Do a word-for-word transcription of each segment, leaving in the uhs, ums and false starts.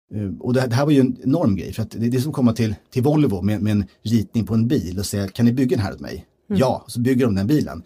Och det här var ju en enorm grej, för att det är som att komma till, till Volvo med, med en ritning på en bil och säga, kan ni bygga den här åt mig? Mm. Ja, så bygger de den bilen.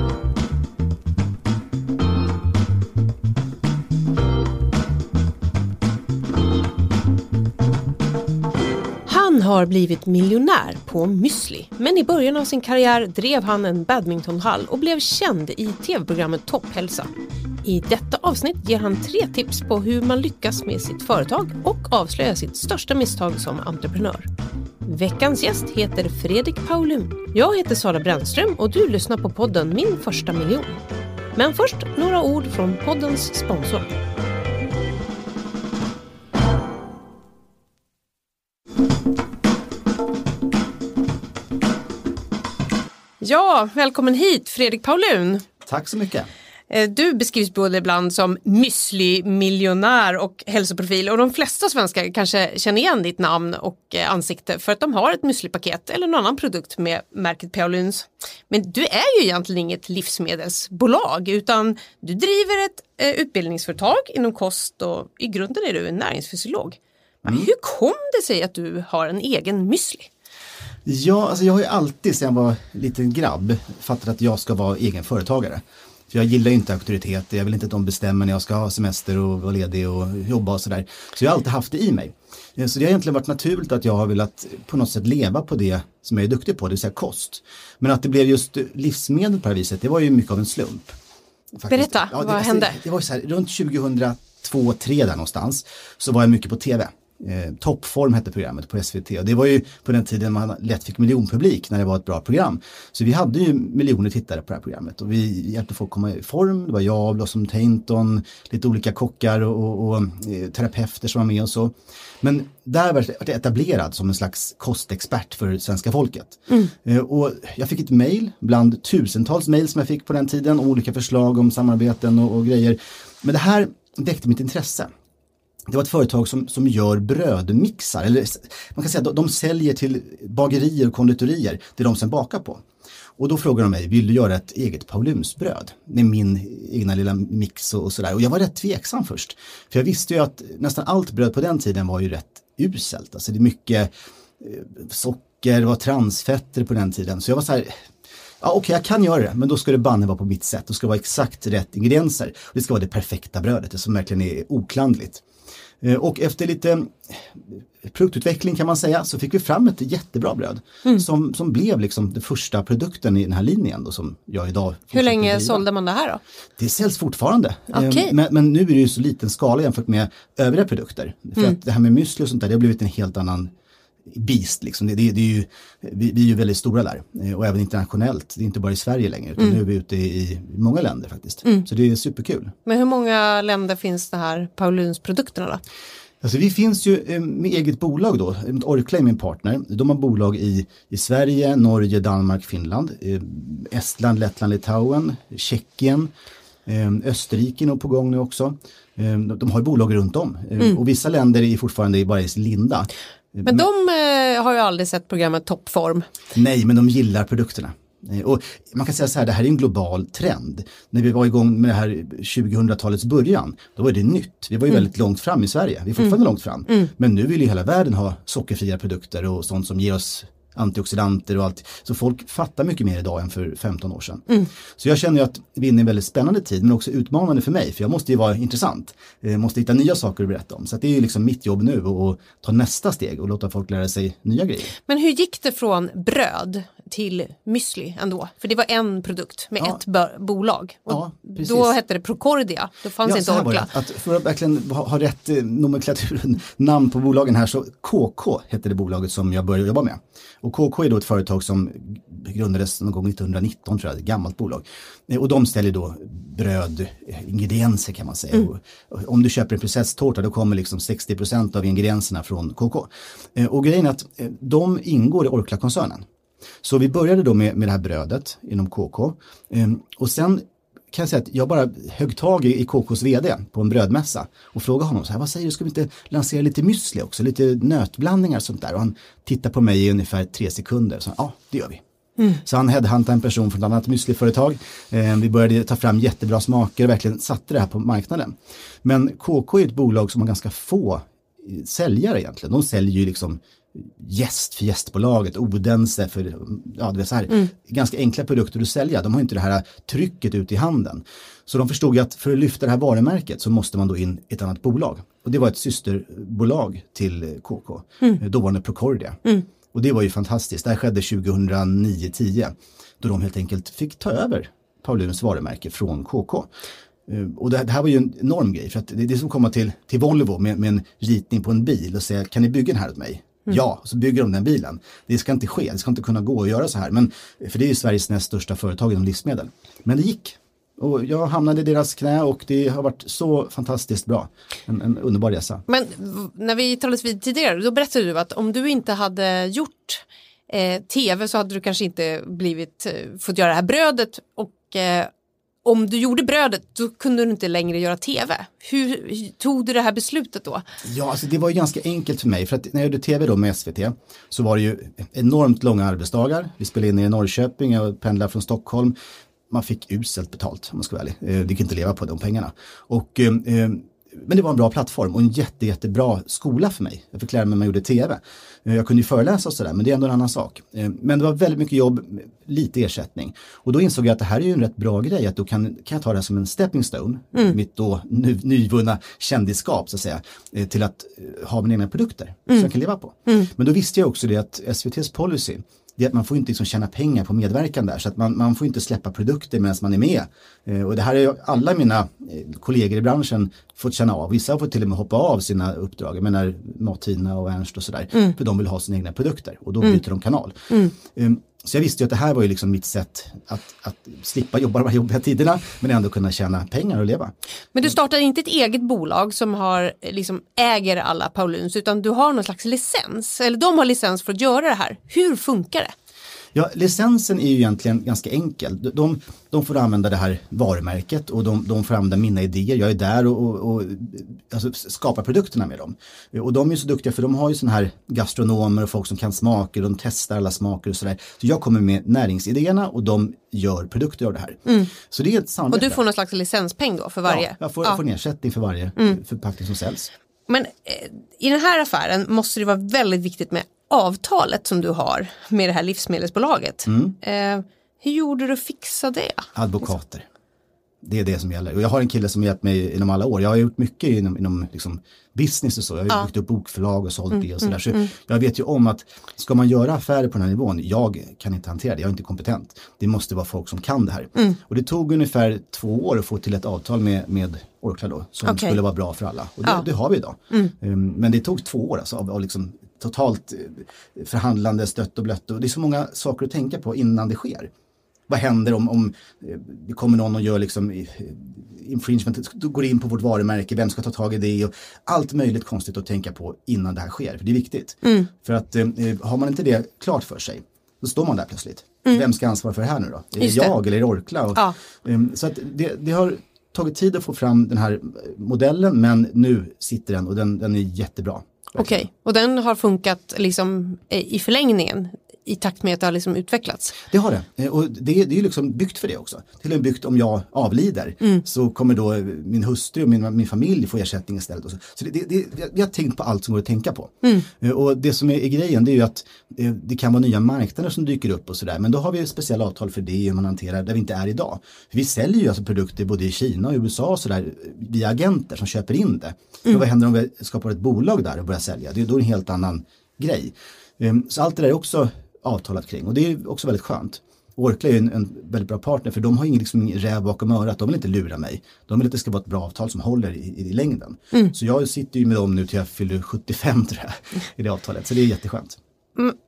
Han har blivit miljonär på müsli, men i början av sin karriär drev han en badmintonhall och blev känd i tv-programmet Topphälsa. I detta avsnitt ger han tre tips på hur man lyckas med sitt företag och avslöjar sitt största misstag som entreprenör. Veckans gäst heter Fredrik Paulun. Jag heter Sara Brännström och du lyssnar på podden Min första miljon. Men först några ord från poddens sponsor. Ja, välkommen hit Fredrik Paulun. Tack så mycket. Du beskrivs både ibland som müsli-miljonär och hälsoprofil, och de flesta svenskar kanske känner igen ditt namn och ansikte för att de har ett müslipaket eller någon annan produkt med märket Pauluns. Men du är ju egentligen inget livsmedelsbolag, utan du driver ett eh, utbildningsföretag inom kost och i grunden är du en näringsfysiolog. Men mm. hur kom det sig att du har en egen müsli? Ja, alltså jag har ju alltid sedan jag var liten grabb fattat att jag ska vara egen företagare. För jag gillar ju inte auktoriteter, jag vill inte att de bestämmer när jag ska ha semester och vara ledig och jobba och sådär. Så jag har alltid haft det i mig. Så det har egentligen varit naturligt att jag har velat på något sätt leva på det som jag är duktig på, det vill säga kost. Men att det blev just livsmedel på det här viset, det var ju mycket av en slump. Faktiskt. Berätta, ja, det, vad hände? Det, det var ju så här, runt tjugohundratvå tre där någonstans så var jag mycket på tv. Eh, Toppform hette programmet på S V T och det var ju på den tiden man lätt fick miljonpublik när det var ett bra program. Så vi hade ju miljoner tittare på det här programmet och vi hjälpte folk komma i form. Det var jag, Blossom Tainton, lite olika kockar och, och, och eh, terapeuter som var med och så. Men där var det etablerad som en slags kostexpert för svenska folket. Mm. Eh, och jag fick ett mejl bland tusentals mejl som jag fick på den tiden, olika förslag om samarbeten och, och grejer. Men det här väckte mitt intresse. Det var ett företag som, som gör brödmixar, eller man kan säga att de, de säljer till bagerier och konditorier, det de sen bakar på. Och då frågade de mig, vill du göra ett eget Paulunsbröd med min egna lilla mix och, och sådär. Och jag var rätt tveksam först, för jag visste ju att nästan allt bröd på den tiden var ju rätt uselt. Alltså det är mycket eh, socker, det var transfetter på den tiden. Så jag var så här, ja okej okay, jag kan göra det, men då ska det banne vara på mitt sätt. Då ska det vara exakt rätt ingredienser. Och det ska vara det perfekta brödet, det som verkligen är oklandligt. Och efter lite produktutveckling kan man säga så fick vi fram ett jättebra bröd mm. som, som blev liksom den första produkten i den här linjen då, som jag idag. Hur länge sålde man det här då? Det säljs fortfarande. Okay. Men, men nu är det ju så liten skala jämfört med övriga produkter. För mm. att det här med müsli och sånt där, det har blivit en helt annan beast liksom. Det, det, det är ju, vi, vi är ju väldigt stora där och även internationellt. Det är inte bara i Sverige längre utan mm. nu är vi ute i, i många länder faktiskt. Mm. Så det är superkul. Men hur många länder finns det här Pauluns produkterna då? Alltså vi finns ju med eget bolag då. Orkla är min partner. De har bolag i, i Sverige, Norge, Danmark, Finland, Estland, Lettland, Litauen, Tjeckien, Österrike är nog på gång nu också. De har bolag runt om. Mm. Och vissa länder är fortfarande bara i linda. Men de eh, har ju aldrig sett programmet Toppform. Nej, men de gillar produkterna. Och man kan säga så här, det här är en global trend. När vi var igång med det här tjugohundratalets början, då var det nytt. Vi var ju mm. väldigt långt fram i Sverige. Vi är fortfarande mm. långt fram. Mm. Men nu vill ju hela världen ha sockerfria produkter och sånt som ger oss antioxidanter och allt. Så folk fattar mycket mer idag än för femton år sedan. Mm. Så jag känner ju att vi är inne i en väldigt spännande tid men också utmanande för mig. För jag måste ju vara intressant. Jag måste hitta nya saker att berätta om. Så att det är ju liksom mitt jobb nu att ta nästa steg och låta folk lära sig nya grejer. Men hur gick det från bröd till müsli ändå? För det var en produkt med ja. ett b- bolag. Och ja, då hette det Procordia. Då fanns ja, inte Orkla. Att för att verkligen ha, ha rätt eh, nomenklaturen, namn på bolagen här, så K K hette det bolaget som jag började jobba med. Och K K är då ett företag som grundades någon gång nittonhundranitton, tror jag, ett gammalt bolag. Och de ställer då brödingredienser kan man säga. Mm. Och om du köper en prinsesstårta då kommer liksom sextio procent av ingredienserna från K K. Och grejen är att de ingår i Orkla-koncernen. Så vi började då med, med det här brödet inom K K. Och sen kan jag säga att jag bara högg tag i K K:s vd på en brödmässa och frågade honom så här, vad säger du, ska vi inte lansera lite müsli också, lite nötblandningar och sånt där? Och han tittade på mig i ungefär tre sekunder och sa, ja det gör vi. Mm. Så han headhuntade en person från ett annat müsliföretag. Eh, vi började ta fram jättebra smaker och verkligen satte det här på marknaden. Men K K är ett bolag som har ganska få säljare egentligen. De säljer ju liksom gäst för gästbolaget, Odense för, ja det är så här, mm. ganska enkla produkter att sälja. De har inte det här trycket ut i handeln. Så de förstod ju att för att lyfta det här varumärket så måste man då in i ett annat bolag. Och det var ett systerbolag till K K. Mm. Då var det Procordia. Mm. Och det var ju fantastiskt. Det här skedde tjugohundranio tio då de helt enkelt fick ta över Pauluns varumärke från K K. Och det, det här var ju en enorm grej, för att det är det som kommer till, till Volvo med, med en ritning på en bil och säga, kan ni bygga den här åt mig? Mm. Ja, så bygger de den bilen. Det ska inte ske, det ska inte kunna gå att göra så här. Men, för det är ju Sveriges näst största företag inom livsmedel. Men det gick. Och jag hamnade i deras knä och det har varit så fantastiskt bra. En, en underbar resa. Men när vi talades vid tidigare, då berättade du att om du inte hade gjort eh, tv så hade du kanske inte blivit, eh, fått göra det här brödet. Och eh, om du gjorde brödet då kunde du inte längre göra tv. Hur, hur tog du det här beslutet då? Ja, alltså det var ju ganska enkelt för mig. För att när jag gjorde tv då med S V T så var det ju enormt långa arbetsdagar. Vi spelade in i Norrköping och pendlade från Stockholm. Man fick uselt betalt om man ska vara ärlig. Det gick inte leva på de pengarna. Och, eh, men det var en bra plattform och en jätte, jättebra skola för mig. Jag fick lära mig när man gjorde tv. Jag kunde ju föreläsa och sådär, men det är ändå en annan sak. Men det var väldigt mycket jobb, lite ersättning. Och då insåg jag att det här är ju en rätt bra grej. Att då kan, kan jag ta det här som en stepping stone, mm. mitt då ny, nyvunna kändisskap så att säga, till att ha mina egna produkter mm. som jag kan leva på. Mm. Men då visste jag också det att S V T:s policy, det är att man får inte liksom tjäna pengar på medverkan där. Så att man, man får inte släppa produkter medan man är med. Eh, och det här är ju alla mina eh, kollegor i branschen fått känna av. Vissa har fått till och med hoppa av sina uppdrag. Jag menar Martina och Ernst och sådär. Mm. För de vill ha sina egna produkter. Och då byter mm. de kanal. Mm. Eh, så jag visste ju att det här var ju liksom mitt sätt att, att slippa jobba de här jobbiga tiderna. Men ändå kunna tjäna pengar och leva. Men du startade inte ett eget bolag som har, liksom, äger alla Pauluns. Utan du har någon slags licens. Eller de har licens för att göra det här. Hur funkar det? Ja, licensen är ju egentligen ganska enkel. De, de får använda det här varumärket och de, de får använda mina idéer. Jag är där och, och, och alltså, skapar produkterna med dem. Och de är så duktiga för de har ju såna här gastronomer och folk som kan smaker. De testar alla smaker och sådär. Så jag kommer med näringsidéerna och de gör produkter av det här. Mm. Så det är ett samarbete. Och du får någon slags licenspeng då för varje? Ja, jag får, ja. jag får en ersättning för varje mm. förpackning som säljs. Men eh, i den här affären måste det vara väldigt viktigt med avtalet som du har med det här livsmedelsbolaget. Mm. Eh, hur gjorde du att fixa det? Advokater. Det är det som gäller. Och jag har en kille som hjälpt mig inom alla år. Jag har gjort mycket inom, inom liksom business och så. Jag har ja. byggt upp bokförlag och sålt mm, det och sådär. Så mm. jag vet ju om att ska man göra affärer på den här nivån, jag kan inte hantera det. Jag är inte kompetent. Det måste vara folk som kan det här. Mm. Och det tog ungefär två år att få till ett avtal med, med Orkla då. Som okay. skulle vara bra för alla. Och det, ja. det har vi idag. Mm. Um, men det tog två år alltså av, av liksom totalt förhandlande, stött och blött. Och det är så många saker att tänka på innan det sker. Vad händer om, om det kommer någon och gör liksom infringement, går in på vårt varumärke, vem ska ta tag i det och allt möjligt konstigt att tänka på innan det här sker, för det är viktigt. Mm. För att eh, har man inte det klart för sig, då står man där plötsligt. Mm. Vem ska ansvara för det här nu då? Är det jag eller är det Orkla? Och, ja. um, så att det, det har tagit tid att få fram den här modellen, men nu sitter den och den, den är jättebra. Okej, okay. Och den har funkat liksom i förlängningen i takt med att det har liksom utvecklats? Det har det. Och det, det är ju liksom byggt för det också. Till och med byggt om jag avlider mm. så kommer då min hustru och min, min familj få ersättning istället. Och så så det, det, det, vi har tänkt på allt som går att tänka på. Mm. Och det som är, är grejen, det är ju att det kan vara nya marknader som dyker upp och sådär. Men då har vi speciella avtal för det hur man hanterar där vi inte är idag. För vi säljer ju alltså produkter både i Kina och U S A och sådär via agenter som köper in det. Mm. Vad händer om vi skapar ett bolag där och börjar sälja? Det är då en helt annan grej. Så allt det där är också avtalat kring och det är också väldigt skönt. Orkla är en, en väldigt bra partner för de har ingen liksom, räv bakom örat, de vill inte lura mig. De vill att det ska vara ett bra avtal som håller i, i, i längden. Mm. Så jag sitter ju med dem nu till jag fyller sjuttiofem tror jag, i det avtalet, så det är jätteskönt. Mm,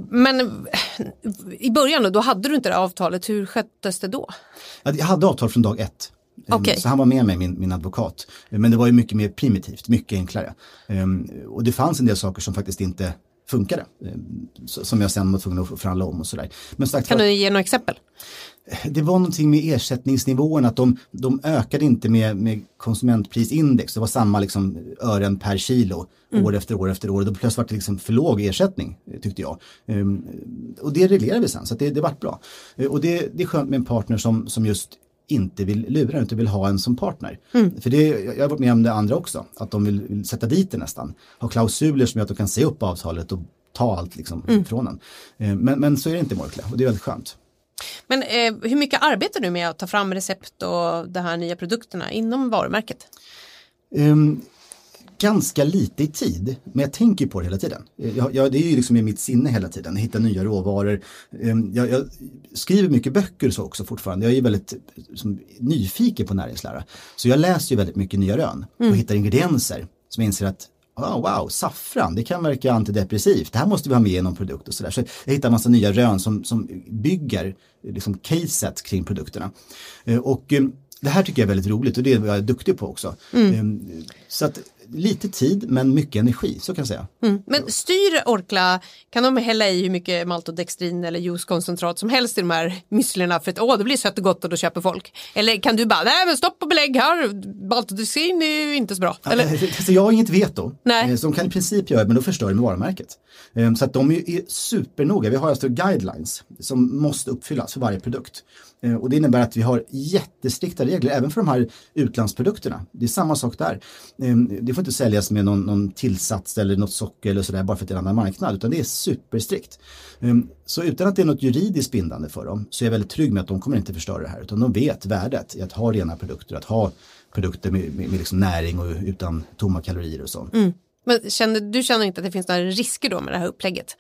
men i början då, då hade du inte det avtalet, hur sköttes det då? Jag hade avtal från dag ett. Okay. Så han var med mig, min, min advokat. Men det var ju mycket mer primitivt, mycket enklare. Um, och det fanns en del saker som faktiskt inte funkade. Som jag sen var tvungen att förhandla om och sådär. Men sagt, kan du ge några exempel? Det var någonting med ersättningsnivån att de, de ökade inte med, med konsumentprisindex. Det var samma liksom ören per kilo mm. år efter år efter år. Då plötsligt var det liksom för låg ersättning tyckte jag. Um, och det reglerade vi sen så att det, det var bra. Uh, och det, det är skönt med en partner som, som just inte vill lura, inte vill ha en som partner. Mm. För det, jag har varit med om det andra också, att de vill, vill sätta dit det nästan. Ha klausuler som gör att de kan se upp avtalet och ta allt liksom mm. från en. Eh, men, men så är det inte i Morkla och det är väldigt skönt. Men eh, hur mycket arbetar du med att ta fram recept och de här nya produkterna inom varumärket? Um, ganska lite i tid, men jag tänker på det hela tiden. Jag, jag, det är ju liksom i mitt sinne hela tiden, hitta nya råvaror. Um, jag, jag skriver mycket böcker så också fortfarande. Jag är ju väldigt som, nyfiken på näringslära. Så jag läser ju väldigt mycket nya rön och mm. hittar ingredienser som jag inser att oh, wow, saffran, det kan verka antidepressivt. Det här måste vi ha med i någon produkt och sådär. Så jag hittar en massa nya rön som, som bygger liksom caset kring produkterna. Uh, och um, det här tycker jag är väldigt roligt och det är jag är duktig på också. Mm. Um, så att lite tid men mycket energi, så kan jag säga. Mm. Men styr Orkla, kan de hälla i hur mycket maltodextrin eller juicekoncentrat som helst i de här müslierna för att åh, det blir sött och gott och då köper folk? Eller kan du bara, nej men stopp och belägg här, maltodextrin är ju inte så bra. Eller? Alltså, jag har inget veto. Nej. Så de kan i princip göra det, men då förstör de varumärket. Så att de är supernoga. Vi har alltså guidelines som måste uppfyllas för varje produkt. Och det innebär att vi har jättestrikta regler även för de här utlandsprodukterna. Det är samma sak där. Det får inte säljas med någon, någon tillsats eller något socker eller sådär bara för att det är en annan marknad, utan det är superstrikt. Så utan att det är något juridiskt bindande för dem så är jag väldigt trygg med att de kommer inte förstöra det här, utan de vet värdet i att ha rena produkter, att ha produkter med, med, med liksom näring och utan tomma kalorier och så. Mm. Men känner, du känner inte att det finns några risker då med det här upplägget?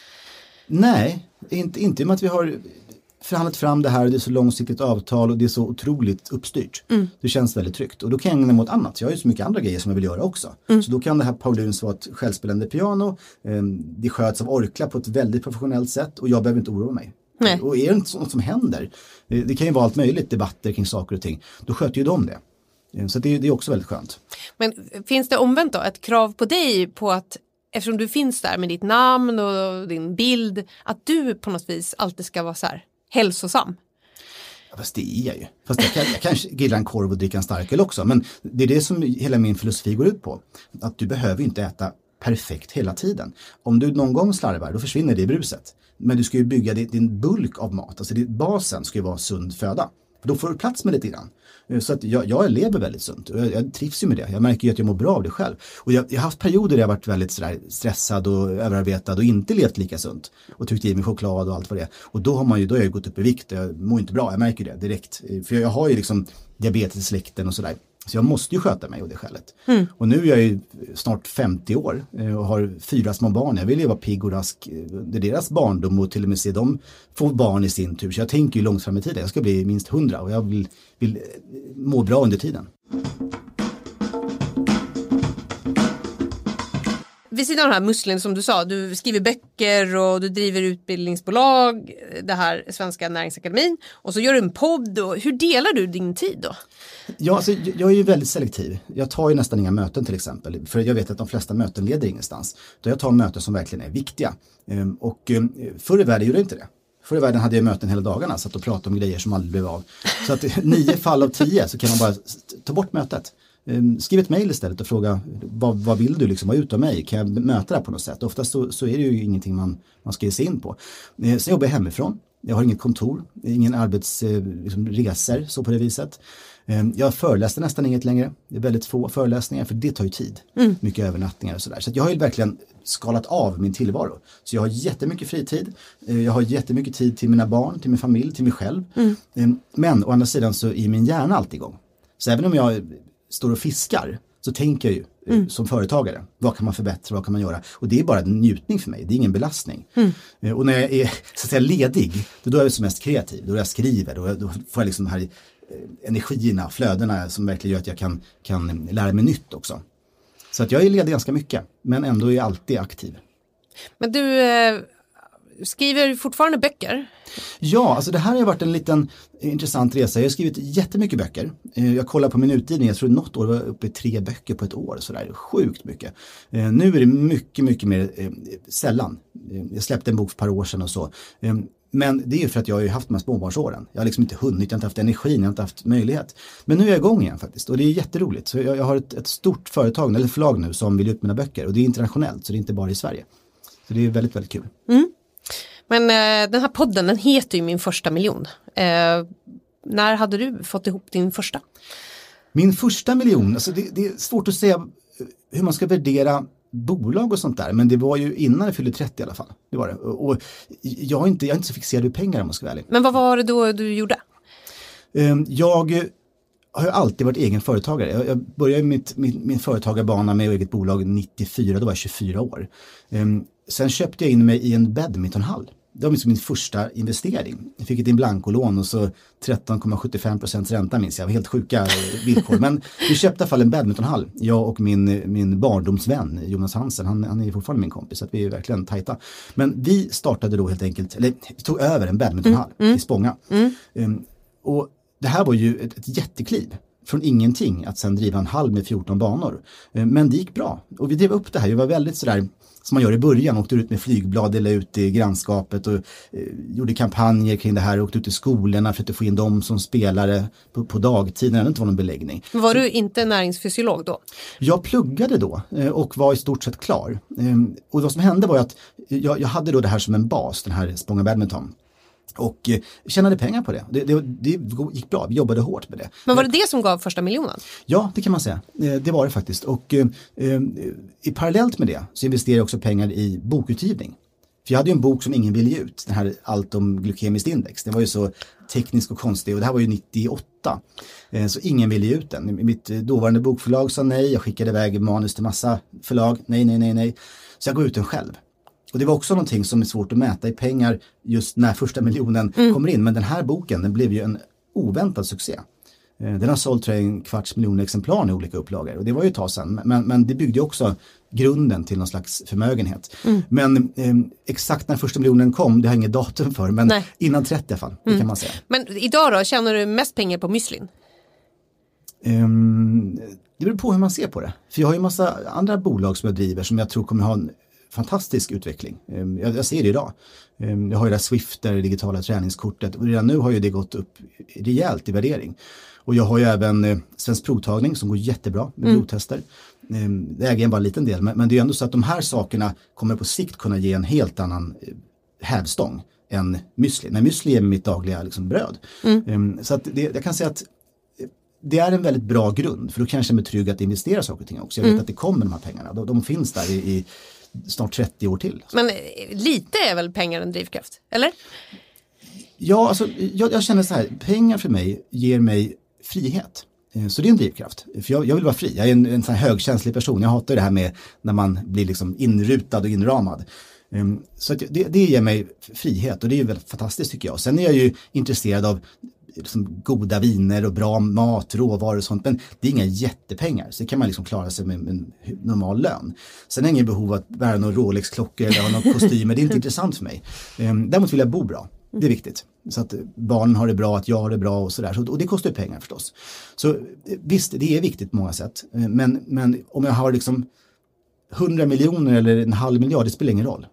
Nej, inte, inte med att vi har förhandlat fram det här och det är så långsiktigt avtal och det är så otroligt uppstyrt. Mm. Det känns väldigt tryggt. Och då kan jag ägna mig åt annat. Jag har ju så mycket andra grejer som jag vill göra också. Mm. Så då kan det här Pauluns vara ett självspelande piano. Det sköts av Orkla på ett väldigt professionellt sätt och jag behöver inte oroa mig. Nej. Och är det inte något som händer, det kan ju vara allt möjligt, debatter kring saker och ting, då sköter ju de det. Så det är, det är också väldigt skönt. Men finns det omvänt då ett krav på dig på att eftersom du finns där med ditt namn och din bild, att du på något vis alltid ska vara så här hälsosam? Ja, fast det är jag ju. Fast jag kan, jag kan gilla en korv och dricka en starköl också. Men det är det som hela min filosofi går ut på. Att du behöver inte äta perfekt hela tiden. Om du någon gång slarvar, då försvinner det i bruset. Men du ska ju bygga din bulk av mat. Alltså basen ska ju vara sund föda. Då får du plats med lite grann. Så att jag, jag lever väldigt sunt och jag, jag trivs ju med det. Jag märker ju att jag mår bra av det själv. Och jag, jag har haft perioder där jag varit väldigt sådär stressad och överarbetad och inte levt lika sunt. Och tryckt i mig choklad och allt vad det är. Och då har man ju, då har jag gått upp i vikt. Jag mår inte bra, jag märker det direkt. För jag, jag har ju liksom diabetes i släkten och sådär. Så jag måste ju sköta mig och det skälet. Mm. Och nu är jag ju snart femtio år och har fyra små barn. Jag vill leva pigg och rask. Det är deras barndom och till och med se dem få barn i sin tur. Så jag tänker ju långt fram i tiden. Jag ska bli minst hundra och jag vill, vill må bra under tiden. Vid sidan av den här musseln som du sa, du skriver böcker och du driver utbildningsbolag, det här Svenska Näringsakademin, och så gör du en podd. Och hur delar du din tid då? Ja, alltså, jag är ju väldigt selektiv. Jag tar ju nästan inga möten till exempel, för jag vet att de flesta möten leder ingenstans. Då jag tar möten som verkligen är viktiga. Och förr i världen gjorde jag inte det. Förr i världen hade jag möten hela dagarna, så att och pratade om grejer som aldrig blev av. Så att nio fall av tio så kan man bara ta bort mötet. Skriv ett mejl istället och fråga vad, vad vill du liksom ha ut av mig? Kan jag möta det på något sätt? Oftast så, så är det ju ingenting man, man ska ge sig in på. Sen jobbar jag hemifrån. Jag har inget kontor, ingen arbetsresor liksom, så på det viset. Jag föreläser nästan inget längre. Det är väldigt få föreläsningar för det tar ju tid. Mm. Mycket övernattningar och sådär. Så att jag har ju verkligen skalat av min tillvaro. Så jag har jättemycket fritid. Jag har jättemycket tid till mina barn, till min familj, till mig själv. Mm. Men å andra sidan så är min hjärna alltid igång. Så även om jag står och fiskar så tänker jag ju mm. som företagare, vad kan man förbättra, vad kan man göra? Och det är bara en njutning för mig, det är ingen belastning. Mm. Och när jag är så att säga ledig, då är jag som mest kreativ, då jag skriver, då, då får jag liksom de här energierna, flödena som verkligen gör att jag kan, kan lära mig nytt också. Så att jag är ledig ganska mycket, men ändå är jag alltid aktiv. Men du eh, skriver fortfarande böcker? Ja, alltså det här har varit en liten intressant resa. Jag har skrivit jättemycket böcker. Jag kollar på min utgivning, jag tror något år var uppe i tre böcker på ett år. Så där, sjukt mycket. Nu är det mycket, mycket mer eh, sällan. Jag släppte en bok för ett par år sedan och så. Men det är ju för att jag har ju haft de här småbarnsåren. Jag har liksom inte hunnit, jag har inte haft energin, jag har inte haft möjlighet. Men nu är jag igång igen faktiskt och det är jätteroligt. Så jag, jag har ett, ett stort företag, eller förlag nu, som vill ut mina böcker. Och det är internationellt, så det är inte bara i Sverige. Så det är väldigt, väldigt kul. Mm. Men eh, den här podden, den heter ju Min första miljon. Eh, När hade du fått ihop din första? Min första miljon, alltså det, det är svårt att säga hur man ska värdera bolag och sånt där, men det var ju innan jag fyllde trettio i alla fall. Det var det. Och jag är inte, jag är inte så fixerad vid pengar om man ska vara ärlig. Men vad var det då du gjorde? Jag har ju alltid varit egen företagare. Jag, jag började mitt, min, min företagarbana med eget bolag nittiofyra, då var jag tjugofyra år. Sen köpte jag in mig i en badmintonhall. Det var liksom min första investering. Jag fick ett in blankolån och så tretton komma sjuttiofem procent ränta minns jag. Helt sjuka villkor. Men vi köpte i alla fall en badmintonhall. Jag och min, min barndomsvän Jonas Hansen. Han, han är fortfarande min kompis så att vi är verkligen tajta. Men vi startade då helt enkelt, eller vi tog över en badmintonhall mm, mm. i Spånga. Mm. Um, och det här var ju ett, ett jättekliv. Från ingenting att sen driva en hall med fjorton banor. Um, men det gick bra. Och vi drev upp det här. Jag var väldigt sådär som man gör i början, åkte ut med flygblad eller ut i grannskapet och eh, gjorde kampanjer kring det här, åkte ut i skolorna för att få in dem som spelare på, på dagtid när det inte var någon beläggning. Var Så, du inte näringsfysiolog då? Jag pluggade då eh, och var i stort sett klar. Eh, och vad som hände var att jag, jag hade då det här som en bas, den här Spånga Badminton. Och eh, tjänade pengar på det. Det, det. det gick bra, vi jobbade hårt med det. Men var det det som gav första miljonen? Ja, det kan man säga. Eh, det var det faktiskt. Och eh, i parallellt med det så investerade jag också pengar i bokutgivning. För jag hade ju en bok som ingen ville ge ut. Den här Allt om glykemiskt index. Den var ju så teknisk och konstig och det här var ju nittioåtta. Eh, så ingen ville ge ut den. Mitt dåvarande bokförlag sa nej. Jag skickade iväg manus till massa förlag. Nej, nej, nej, nej. Så jag går ut den själv. Och det var också någonting som är svårt att mäta i pengar just när första miljonen mm. kommer in. Men den här boken, den blev ju en oväntad succé. Den har sålt tror jag, en kvarts miljon exemplar i olika upplagor. Och det var ju ett tag sedan. Men, men det byggde också grunden till någon slags förmögenhet. Mm. Men eh, exakt när första miljonen kom, det har jag inget datum för. Men Nej. innan trettio i alla fall, det mm. kan man säga. Men idag då, tjänar du mest pengar på müslin? Um, det beror på hur man ser på det. För jag har ju en massa andra bolag som jag driver som jag tror kommer ha en fantastisk utveckling. Jag, jag ser det idag. Jag har ju det här Swift, det digitala träningskortet och redan nu har ju det gått upp rejält i värdering. Och jag har ju även eh, Svensk Provtagning som går jättebra med mm. blodtester. Det äger jag bara en liten del, men, men det är ju ändå så att de här sakerna kommer på sikt kunna ge en helt annan eh, hävstång än müsli. Men müsli är mitt dagliga liksom, bröd. Mm. Så att det, jag kan säga att det är en väldigt bra grund, för då kanske jag är trygg att investera saker och ting också. Jag vet mm. att det kommer de här pengarna. De, de finns där i, i snart trettio år till. Men lite är väl pengar en drivkraft, eller? Ja, alltså jag, jag känner så här, pengar för mig ger mig frihet. Så det är en drivkraft. För jag, jag vill vara fri. Jag är en, en sån här högkänslig person. Jag hatar det här med när man blir liksom inrutad och inramad. Um, så att det, det ger mig frihet och det är ju väldigt fantastiskt tycker jag. Sen är jag ju intresserad av liksom goda viner och bra mat, råvaror och sånt. Men det är inga jättepengar. Så det kan man liksom klara sig med en normal lön. Sen har jag ingen behov att bära någon Rolex-klockor eller ha någon kostymer. Det är inte intressant för mig. Um, däremot vill jag bo bra. Det är viktigt. Så att barnen har det bra, att jag har det bra och sådär. Och det kostar ju pengar förstås. Så visst, det är viktigt på många sätt. Men, men om jag har liksom hundra miljoner eller en halv miljard, det spelar ingen roll.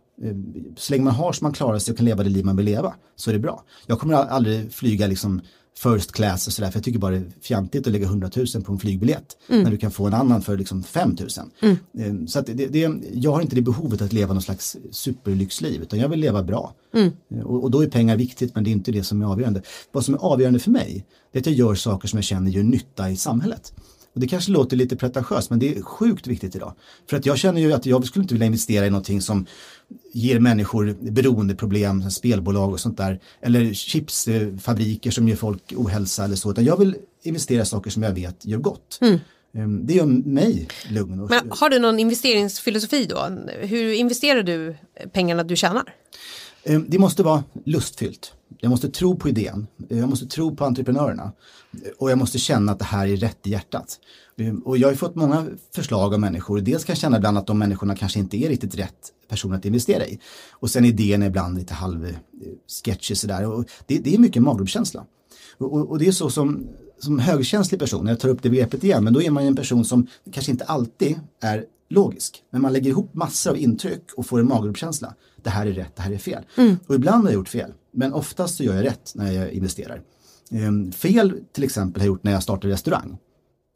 Så länge man har så man klarar sig och kan leva det liv man vill leva så är det bra. Jag kommer aldrig flyga liksom first class och sådär, för jag tycker bara det är fjantigt att lägga hundratusen på en flygbiljett mm. när du kan få en annan för liksom femtusen. Mm. Så att det, det, jag har inte det behovet att leva någon slags superlyxliv, utan jag vill leva bra. Mm. Och, och då är pengar viktigt, men det är inte det som är avgörande. Vad som är avgörande för mig, det är att jag gör saker som jag känner gör nytta i samhället. Och det kanske låter lite pretentiöst, men det är sjukt viktigt idag. För att jag känner ju att jag skulle inte vilja investera i någonting som ger människor beroendeproblem, spelbolag och sånt där. Eller chipsfabriker som ger folk ohälsa eller så. Utan jag vill investera i saker som jag vet gör gott. Mm. Det gör mig lugn. Och... Men har du någon investeringsfilosofi då? Hur investerar du pengarna du tjänar? Det måste vara lustfyllt. Jag måste tro på idén. Jag måste tro på entreprenörerna. Och jag måste känna att det här är rätt i hjärtat. Och jag har ju fått många förslag av människor. Dels kan jag känna ibland att de människorna kanske inte är riktigt rätt personer att investera i. Och sen idén är ibland lite halv sketchy sådär. Och det, det är mycket magrubbkänsla. Och, och, och det är så som, som högkänslig person, jag tar upp det begreppet igen, men då är man ju en person som kanske inte alltid är logisk. Men man lägger ihop massor av intryck och får en magrubbkänsla. Det här är rätt, det här är fel. Mm. Och ibland har jag gjort fel. Men oftast så gör jag rätt när jag investerar. Ehm, fel till exempel har jag gjort när jag startade restaurang.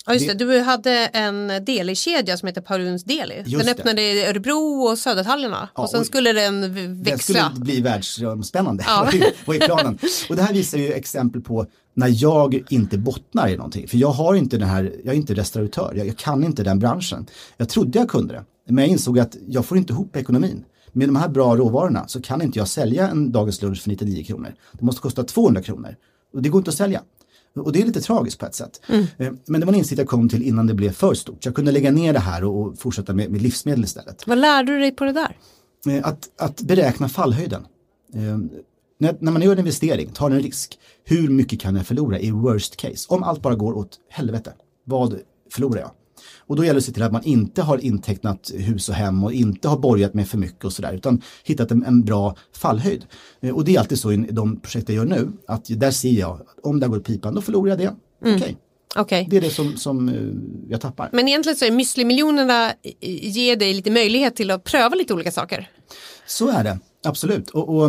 Ja just det, du hade en delikedja som heter Paruns Deli. Just den öppnade det. i Örebro och Södertaljerna. Ja, och sen och skulle den växla. Den skulle bli världsomspännande. Ja. Vad är planen? Och det här visar ju exempel på när jag inte bottnar i någonting. För jag har inte den här, jag är inte restauratör. Jag, jag kan inte den branschen. Jag trodde jag kunde det. Men jag insåg att jag får inte ihop ekonomin. Med de här bra råvarorna så kan inte jag sälja en dagens lunch för nittionio kronor. Det måste kosta tvåhundra kronor. Och det går inte att sälja. Och det är lite tragiskt på ett sätt. Mm. Men det var en insikt jag kom till innan det blev för stort. Jag kunde lägga ner det här och fortsätta med, med livsmedel istället. Vad lärde du dig på det där? Att, att beräkna fallhöjden. När, när man gör en investering, tar en risk. Hur mycket kan jag förlora i worst case? Om allt bara går åt helvete, vad förlorar jag? Och då gäller det att se till att man inte har intecknat hus och hem och inte har borgat med för mycket och sådär, utan hittat en, en bra fallhöjd. Och det är alltid så i de projekt jag gör nu, att där ser jag, om det går pipan, då förlorar jag det. Mm. Okej. Okay. Okay. Det är det som, som jag tappar. Men egentligen så är Müsli-miljonerna ger dig lite möjlighet till att pröva lite olika saker. Så är det, absolut. Och, och,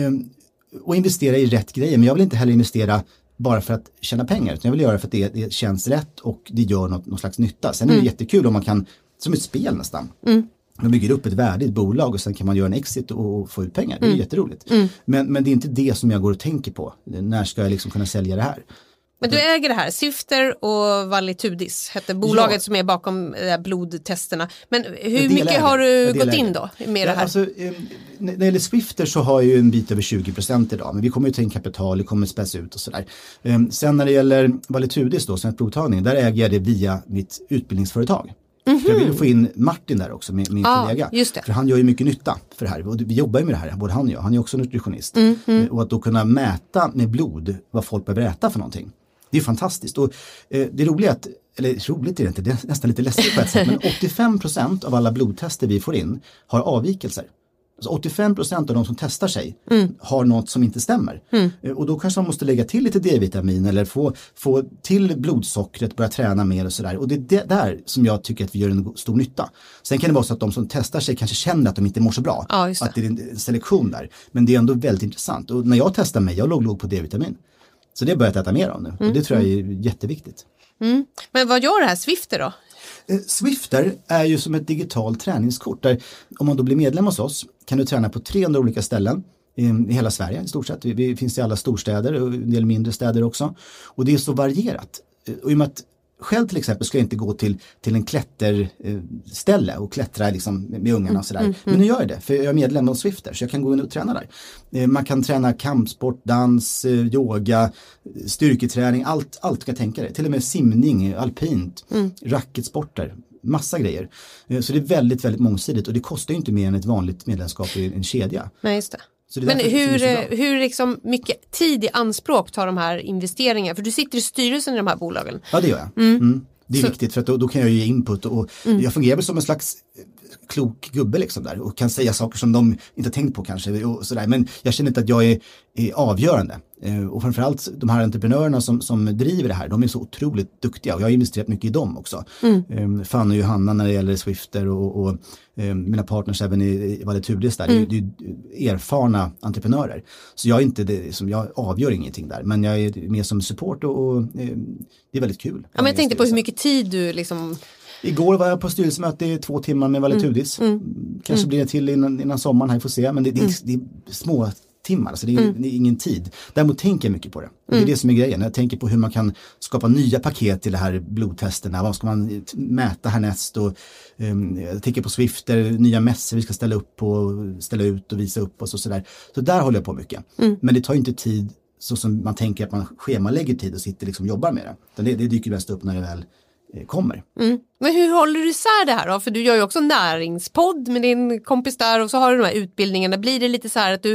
och investera i rätt grejer, men jag vill inte heller investera bara för att tjäna pengar. Jag vill göra det för att det, det känns rätt och det gör något, någon slags nytta. Sen är det mm. jättekul om man kan, som ett spel nästan. Mm. Man bygger upp ett värdigt bolag och sen kan man göra en exit och, och få ut pengar. Det är mm. jätteroligt. Mm. Men, men det är inte det som jag går och tänker på. När ska jag liksom kunna sälja det här? Men du äger det här, Swifter och Valitudis hette bolaget ja. som är bakom äh, blodtesterna. Men hur mycket har du gått in då med ja, det här? Alltså, eh, när det gäller Swifter så har jag ju en bit över tjugo procent idag. Men vi kommer ju ta in kapital, det kommer späs ut och sådär. Eh, sen när det gäller Valitudis då, Svensk Provtagning, där äger jag det via mitt utbildningsföretag. Mm-hmm. För jag ville få in Martin där också, min, min ah, kollega. Just det. För han gör ju mycket nytta för det här. Och vi jobbar ju med det här, både han och jag. Han är också nutritionist. Mm-hmm. Och att då kunna mäta med blod vad folk behöver äta för någonting. Det är fantastiskt. Och eh, det roliga är att, eller roligt är det inte, det är nästan lite läskigt på ett sätt, men åttiofem procent av alla blodtester vi får in har avvikelser. Alltså åttiofem procent av de som testar sig mm. har något som inte stämmer. Mm. Eh, och då kanske man måste lägga till lite D-vitamin eller få, få till blodsockret, börja träna mer och sådär. Och det är det där som jag tycker att vi gör en stor nytta. Sen kan det vara så att de som testar sig kanske känner att de inte mår så bra. Ja, det. Att det är en selektion där. Men det är ändå väldigt intressant. Och när jag testar mig, jag låg låg på D-vitamin. Så det har jag börjat äta mer av nu. Mm. Och det tror jag är jätteviktigt. Mm. Men vad gör det här Swifter då? Eh, Swifter är ju som ett digitalt träningskort. Där om man då blir medlem hos oss kan du träna på trehundra olika ställen i, i hela Sverige i stort sett. Vi, vi finns i alla storstäder och en del mindre städer också. Och det är så varierat. Och i och med att själv till exempel ska jag inte gå till, till en klätterställe och klättra liksom med ungarna och sådär. Mm, mm, Men nu gör jag det, för jag är medlem av Swifter så jag kan gå in och träna där. Man kan träna kampsport, dans, yoga, styrketräning, allt, allt kan tänka dig. Till och med simning, alpint, mm. racketsporter, massa grejer. Så det är väldigt, väldigt mångsidigt och det kostar ju inte mer än ett vanligt medlemskap i en kedja. Nej, just det. Men hur, hur liksom mycket tid i anspråk tar de här investeringarna? För du sitter i styrelsen i de här bolagen. Ja, det gör jag. Mm. Mm. Det är så viktigt för att då, då kan jag ge input och mm. jag fungerar som en slags klok gubbe liksom där och kan säga saker som de inte har tänkt på kanske och sådär. Men jag känner inte att jag är, är avgörande. Eh, och framförallt de här entreprenörerna som, som driver det här, de är så otroligt duktiga och jag har investerat mycket i dem också. Mm. Eh, Fanny och Johanna när det gäller Swifter och, och eh, mina partners även i, i Valitudis där, mm. det, är, det är erfarna entreprenörer. Så jag är inte det, som jag avgör ingenting där, men jag är mer som support och, och eh, det är väldigt kul. Ja, men jag tänkte på hur mycket tid du liksom... Igår var jag på styrelsemöte i två timmar med Valitudis. Mm. Mm. Kanske mm. blir det till innan, innan sommaren här, får se. Men det, det, mm. det är små timmar, alltså det är, mm. det är ingen tid. Däremot tänker jag mycket på det. Och mm. det är det som är grejen. Jag tänker på hur man kan skapa nya paket till det här blodtesterna. Vad ska man mäta härnäst? Och, um, jag tänker på Swifter, nya mässor vi ska ställa upp på, ställa ut och visa upp oss och sådär. Så där håller jag på mycket. Mm. Men det tar ju inte tid så som man tänker att man schemalägger tid och sitter liksom och jobbar med det. Det, det dyker bäst upp när det väl kommer. Mm. Men hur håller du isär det här då? För du gör ju också näringspodd med din kompis där och så har du de här utbildningarna. Blir det lite så här att du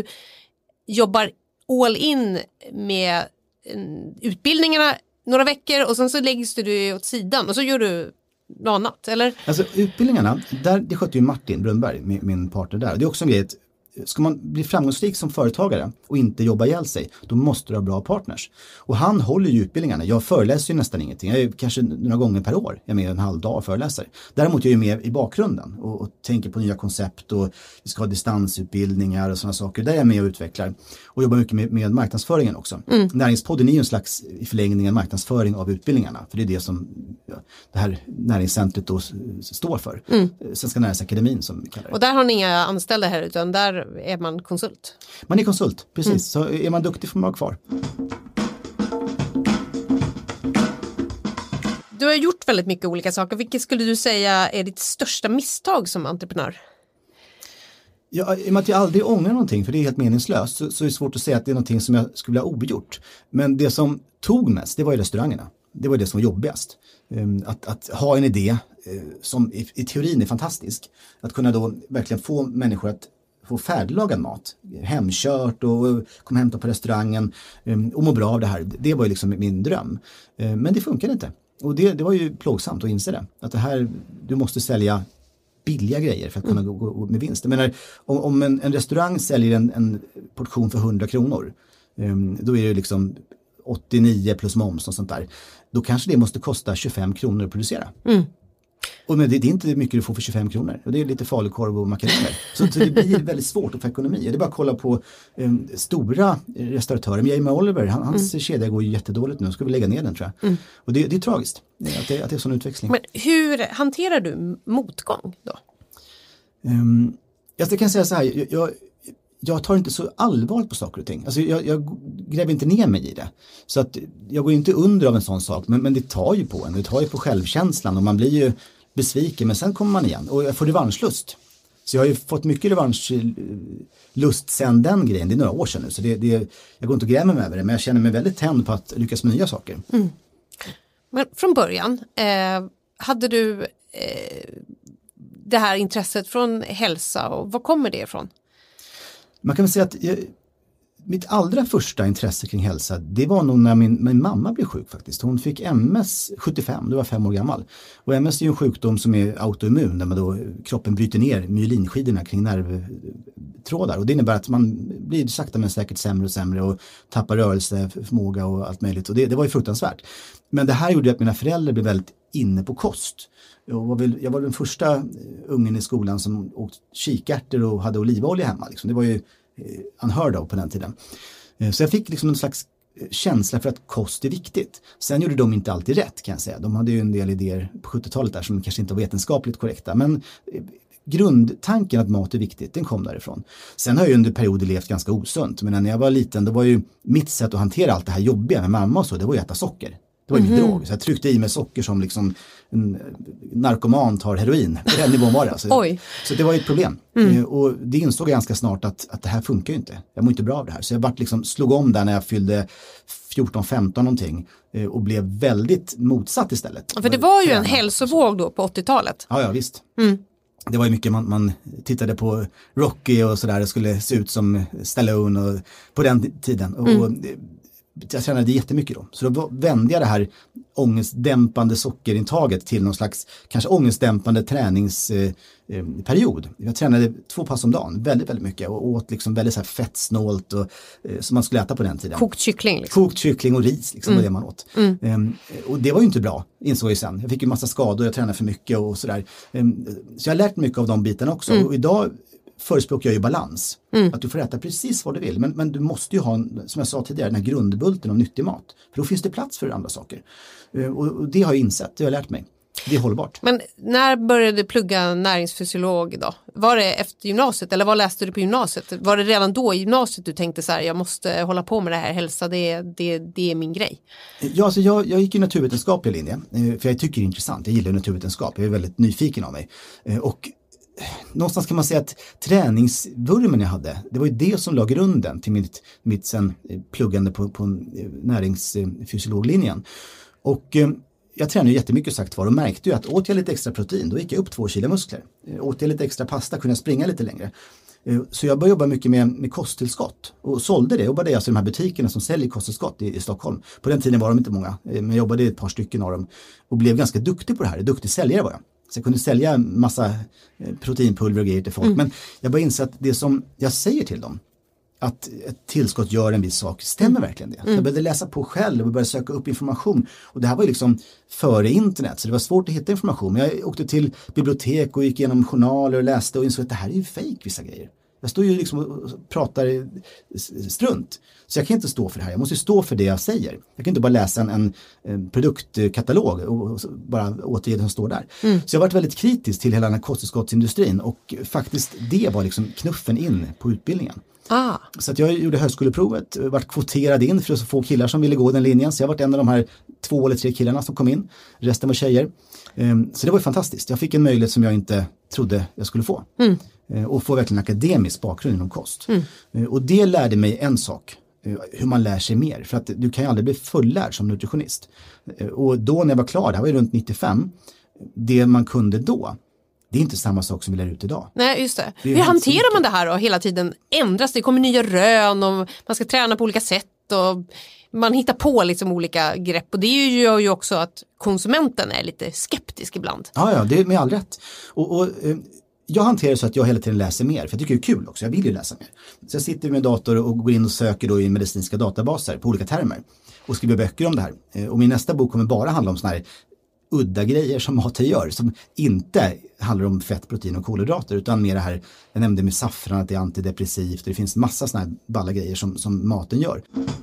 jobbar all in med utbildningarna några veckor och sen så läggs du åt sidan och så gör du något annat, eller? Alltså utbildningarna, där, det sköter ju Martin Brunnberg, min, min partner där. Det är också en grej att ska man bli framgångsrik som företagare och inte jobba ihjäl sig, då måste du ha bra partners. Och han håller ju utbildningarna. Jag föreläser ju nästan ingenting. Jag är kanske några gånger per år. Jag är med en halv dag och föreläser. Däremot är jag med i bakgrunden och, och tänker på nya koncept och vi ska ha distansutbildningar och sådana saker. Där är jag med och utvecklar. Och jobbar mycket med, med marknadsföringen också. Mm. Näringspodden är ju en slags i förlängningen marknadsföring av utbildningarna. För det är det som ja, det här näringscentret då står för. Mm. Svenska näringsakademin som vi kallar det. Och där har ni inga anställda här utan där är man konsult? Man är konsult, precis. Mm. Så är man duktig får man vara kvar. Du har gjort väldigt mycket olika saker. Vilket skulle du säga är ditt största misstag som entreprenör? Ja, i och med att jag aldrig ångrar någonting, för det är helt meningslöst, så, så är det svårt att säga att det är någonting som jag skulle ha ogjort. Men det som tog mest, det var ju restaurangerna. Det var det som var jobbigast. Um, att, att ha en idé uh, som i, i teorin är fantastisk. Att kunna då verkligen få människor att få färdiglagad mat, hemkört och komma hem på restaurangen um, och må bra av det här. Det var ju liksom min dröm. Uh, men det funkade inte. Och det, det var ju plågsamt att inse det. Att det här, du måste sälja billiga grejer för att kunna mm. gå, gå med vinst. Jag menar, om, om en, en restaurang säljer en, en portion för hundra kronor, um, då är det liksom åttionio plus moms och sånt där. Då kanske det måste kosta tjugofem kronor att producera. Mm. Och men det, det är inte mycket du får för tjugofem kronor. Och det är lite falukorv och makaroner. Så, så det blir väldigt svårt att få ekonomi. Det är bara att kolla på um, stora restauratörer. Jamie Oliver, han, hans mm. kedja går ju jättedåligt nu. Ska vi lägga ner den tror jag. Mm. Och det, det är tragiskt att det, att det är sån utväxling. Men hur hanterar du motgång då? Um, jag kan säga så här. Jag, jag, jag tar inte så allvarligt på saker och ting. Alltså jag, jag gräver inte ner mig i det. Så att jag går inte under av en sån sak. Men, men det tar ju på en. Det tar ju på självkänslan. Och man blir ju besviken. Men sen kommer man igen. Och jag får revanschlust. Så jag har ju fått mycket revanschlust sen den grejen. Det är några år sedan nu. Så det, det, jag går inte och grämer mig över det. Men jag känner mig väldigt tänd på att lyckas med nya saker. Mm. Men från början. Eh, hade du eh, det här intresset från hälsa. Och var kommer det ifrån? Man kan väl säga att jag, mitt allra första intresse kring hälsa, det var nog när min, min mamma blev sjuk faktiskt. Hon fick M S sjuttiofem, det var fem år gammal. Och M S är ju en sjukdom som är autoimmun, där man då, kroppen bryter ner myelinskidorna kring nervtrådar. Och det innebär att man blir sakta men säkert sämre och sämre och tappar rörelseförmåga och allt möjligt. Och det, det var ju fruktansvärt. Men det här gjorde att mina föräldrar blev väldigt inne på kost. Jag var, väl, jag var den första ungen i skolan som åt kikärtor och hade olivolja hemma. Liksom. Det var ju eh, unheard of på den tiden. Eh, så jag fick liksom en slags känsla för att kost är viktigt. Sen gjorde de inte alltid rätt kan jag säga. De hade ju en del idéer på sjuttiotalet där som kanske inte var vetenskapligt korrekta. Men eh, grundtanken att mat är viktigt, den kom därifrån. Sen har jag ju under perioder levt ganska osunt. Men när jag var liten, då var ju mitt sätt att hantera allt det här jobbiga med mamma och så, det var ju att äta socker. Det var ju mm-hmm. drog. Så jag tryckte i mig socker som liksom en narkoman tar heroin. På den nivån var det. Alltså. Oj. Så det var ju ett problem. Mm. Och det insåg jag ganska snart att, att det här funkar ju inte. Jag mår inte bra av det här. Så jag vart liksom, slog om där när jag fyllde fjorton femton någonting. Och blev väldigt motsatt istället. För det var ju en hälsovåg då på åttiotalet. Ja, ja visst. Mm. Det var ju mycket man, man tittade på Rocky och sådär. Det skulle se ut som Stallone och, på den tiden. Och, mm. och jag tränade jättemycket då. Så då vände jag det här ångestdämpande sockerintaget till någon slags kanske ångestdämpande träningsperiod. Eh, jag tränade två pass om dagen, väldigt, väldigt mycket. Och åt liksom väldigt så här fettsnålt och, eh, som man skulle äta på den tiden. Kokt kyckling. Liksom. Kokt kyckling och ris, liksom, mm. var det man åt. Mm. Eh, och det var ju inte bra, insåg jag sen. Jag fick ju massa skador, jag tränade för mycket och sådär. Eh, så jag har lärt mycket av de bitarna också. Mm. Och idag förespråkar jag ju balans. Mm. Att du får äta precis vad du vill. Men, men du måste ju ha, som jag sa tidigare, den här grundbulten av nyttig mat. För då finns det plats för andra saker. Uh, och, och det har jag insett, det har jag lärt mig. Det är hållbart. Men när började du plugga näringsfysiolog då? Var det efter gymnasiet eller vad läste du på gymnasiet? Var det redan då i gymnasiet du tänkte så här, jag måste hålla på med det här, hälsa, det, det, det är min grej? Ja, alltså jag, jag gick ju naturvetenskaplig linje. För jag tycker det är intressant, jag gillar naturvetenskap, jag är väldigt nyfiken av mig. Och någonstans kan man säga att träningsvurmen jag hade, det var ju det som la grunden till mitt, mitt sen pluggande på, på näringsfysiologlinjen. Och eh, jag tränade ju jättemycket sagt var och märkte ju att åt jag lite extra protein, då gick jag upp två kilo muskler. Åt jag lite extra pasta kunde jag springa lite längre. Så jag började jobba mycket med, med kosttillskott och sålde det. Jag jobbade alltså i de här butikerna som säljer kosttillskott i, i Stockholm. På den tiden var de inte många, men jag jobbade i ett par stycken av dem och blev ganska duktig på det här. Duktig säljare var jag. Så jag kunde sälja en massa proteinpulver och grejer till folk. Mm. Men jag bara inser att det som jag säger till dem, att ett tillskott gör en viss sak, stämmer verkligen det? Mm. Jag började läsa på själv och började söka upp information. Och det här var ju liksom före internet, så det var svårt att hitta information. Men jag åkte till bibliotek och gick igenom journaler och läste och insåg att det här är ju fake vissa grejer. Jag står ju liksom och pratar strunt. Så jag kan inte stå för det här. Jag måste stå för det jag säger. Jag kan inte bara läsa en, en, en produktkatalog och bara återge det som står där. Mm. Så jag har varit väldigt kritisk till hela den här kosttillskottsindustrin. Och faktiskt det var liksom knuffen in på utbildningen. Ah. Så att jag gjorde högskoleprovet, varit kvoterad in för så få killar som ville gå den linjen. Så jag har varit en av de här två eller tre killarna som kom in. Resten var tjejer. Så det var ju fantastiskt. Jag fick en möjlighet som jag inte trodde jag skulle få. Mm. Och få verkligen akademisk bakgrund inom kost. Mm. Och det lärde mig en sak. Hur man lär sig mer. För att du kan ju aldrig bli fullärd som nutritionist. Och då när jag var klar, det här var ju runt nittiofem. Det man kunde då, det är inte samma sak som vi lär ut idag. Nej, just det. det Hur hanterar man det här och hela tiden ändras? Det kommer nya rön och man ska träna på olika sätt och man hittar på liksom olika grepp. Och det gör ju också att konsumenten är lite skeptisk ibland. Ja, ja, det är med all rätt. Och, och eh, jag hanterar så att jag hela tiden läser mer. För jag tycker det är kul också. Jag vill ju läsa mer. Så jag sitter med dator och går in och söker då i medicinska databaser på olika termer. Och skriver böcker om det här. Eh, och min nästa bok kommer bara handla om såna här udda grejer som maten gör, som inte handlar om fett, protein och kolhydrater, utan mer det här, jag nämnde med saffran att det är antidepressivt, det finns massa såna här balla grejer som, som maten gör.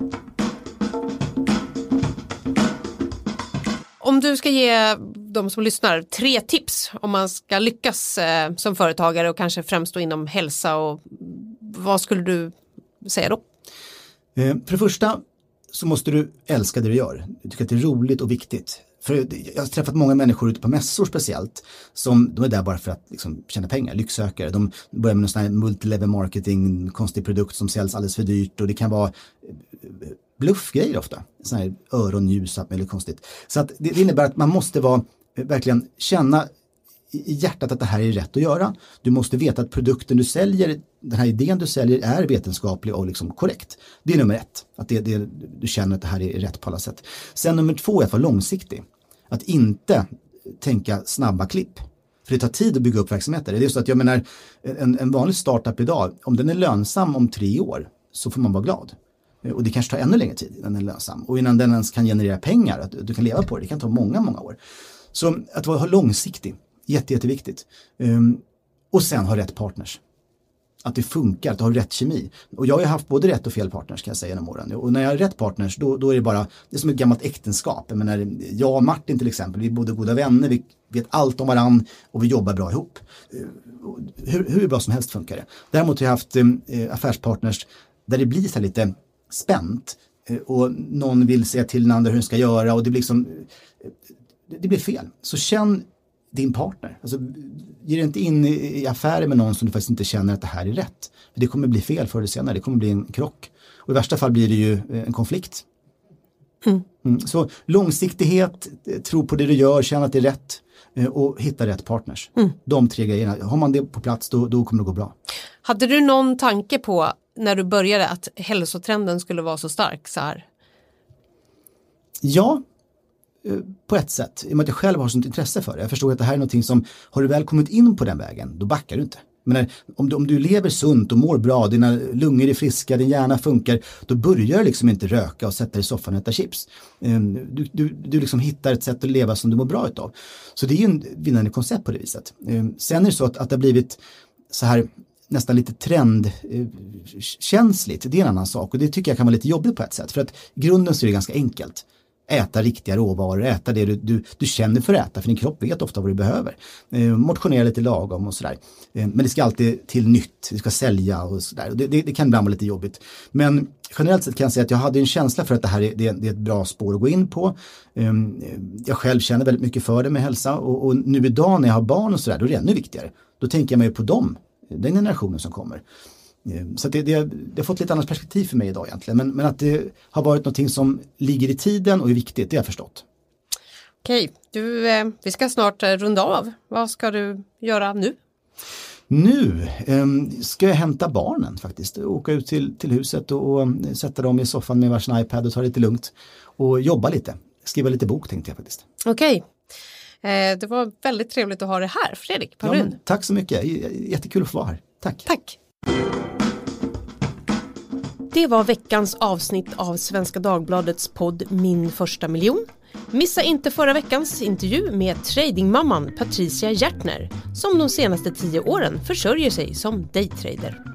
Om du ska ge de som lyssnar tre tips om man ska lyckas eh, som företagare och kanske främst då inom hälsa, och vad skulle du säga då? Eh, för det första så måste du älska det du gör. Du tycker att det är roligt och viktigt. För jag har träffat många människor ute på mässor speciellt som de är där bara för att liksom tjäna pengar, lycksökare. De börjar med någon sån här multilevel marketing, konstig produkt som säljs alldeles för dyrt, och det kan vara bluffgrejer ofta. Sån här öronljus, eller konstigt. Så att det, det innebär att man måste vara, verkligen känna i hjärtat att det här är rätt att göra. Du måste veta att produkten du säljer, den här idén du säljer, är vetenskaplig och liksom korrekt. Det är nummer ett. Att det, det, du känner att det här är rätt på alla sätt. Sen nummer två är att vara långsiktig. Att inte tänka snabba klipp. För det tar tid att bygga upp verksamheter. Det är så att jag menar, en, en vanlig startup idag, om den är lönsam om tre år så får man vara glad. Och det kanske tar ännu längre tid innan den är lönsam. Och innan den ens kan generera pengar, att du kan leva på det, det kan ta många, många år. Så att vara långsiktig, jätte, jätteviktigt. Um, och sen ha rätt partners. Att det funkar, att ha rätt kemi. Och jag har ju haft både rätt och fel partners, kan jag säga, genom åren. Och när jag har rätt partners, då, då är det bara, det är som ett gammalt äktenskap. Jag menar, jag och Martin till exempel, vi är både goda vänner, vi vet allt om varann och vi jobbar bra ihop. Hur, hur bra som helst funkar det. Däremot har jag haft eh, affärspartners där det blir så här lite spänt. Eh, och någon vill säga till den andra hur den ska göra, och det blir liksom, det, det blir fel. Så känn din partner. Alltså, ge dig inte in i, i affärer med någon som du faktiskt inte känner att det här är rätt. För det kommer bli fel förr eller senare. Det kommer bli en krock. Och i värsta fall blir det ju en konflikt. Mm. Mm. Så långsiktighet, tro på det du gör, känna att det är rätt och hitta rätt partners. Mm. De tre grejerna. Har man det på plats, då, då kommer det gå bra. Hade du någon tanke på när du började att hälsotrenden skulle vara så stark så här? Ja, på ett sätt. I och med att jag själv har sånt intresse för det. Jag förstår att det här är någonting som, har du väl kommit in på den vägen, då backar du inte. Men om du, om du lever sunt och mår bra, dina lungor är friska, din hjärna funkar, då börjar du liksom inte röka och sätta dig i soffan och äta chips. Du, du, du liksom hittar ett sätt att leva som du mår bra utav. Så det är ju en vinnande koncept på det viset. Sen är det så att, att det har blivit så här nästan lite trendkänsligt. Det är en annan sak, och det tycker jag kan vara lite jobbigt på ett sätt. För att i grunden så är det ganska enkelt. Äta riktiga råvaror, äta det du, du, du känner för att äta, för din kropp vet ofta vad du behöver. Eh, motionera lite lagom och sådär. Eh, men det ska alltid till nytt, det ska sälja och sådär. Det, det, det kan ibland vara lite jobbigt. Men generellt sett kan jag säga att jag hade en känsla för att det här är, det, det är ett bra spår att gå in på. Eh, jag själv känner väldigt mycket för det med hälsa, och, och nu idag när jag har barn och sådär, då är det ännu viktigare. Då tänker jag mig på dem, den generationen som kommer. Så det, det, det har fått lite annat perspektiv för mig idag egentligen. Men, men att det har varit någonting som ligger i tiden och är viktigt, det har jag förstått. Okej, du, eh, vi ska snart runda av. Vad ska du göra nu? Nu eh, ska jag hämta barnen faktiskt. Åka ut till, till huset och, och sätta dem i soffan med varsin iPad och ta det lite lugnt. Och jobba lite. Skriva lite bok tänkte jag faktiskt. Okej. Eh, det var väldigt trevligt att ha det här, Fredrik Ja, Parun. men, tack så mycket, jättekul att få vara här. Tack. Tack. Det var veckans avsnitt av Svenska Dagbladets podd Min första miljon. Missa inte förra veckans intervju med tradingmamman Patricia Hjärtner som de senaste tio åren försörjer sig som daytrader.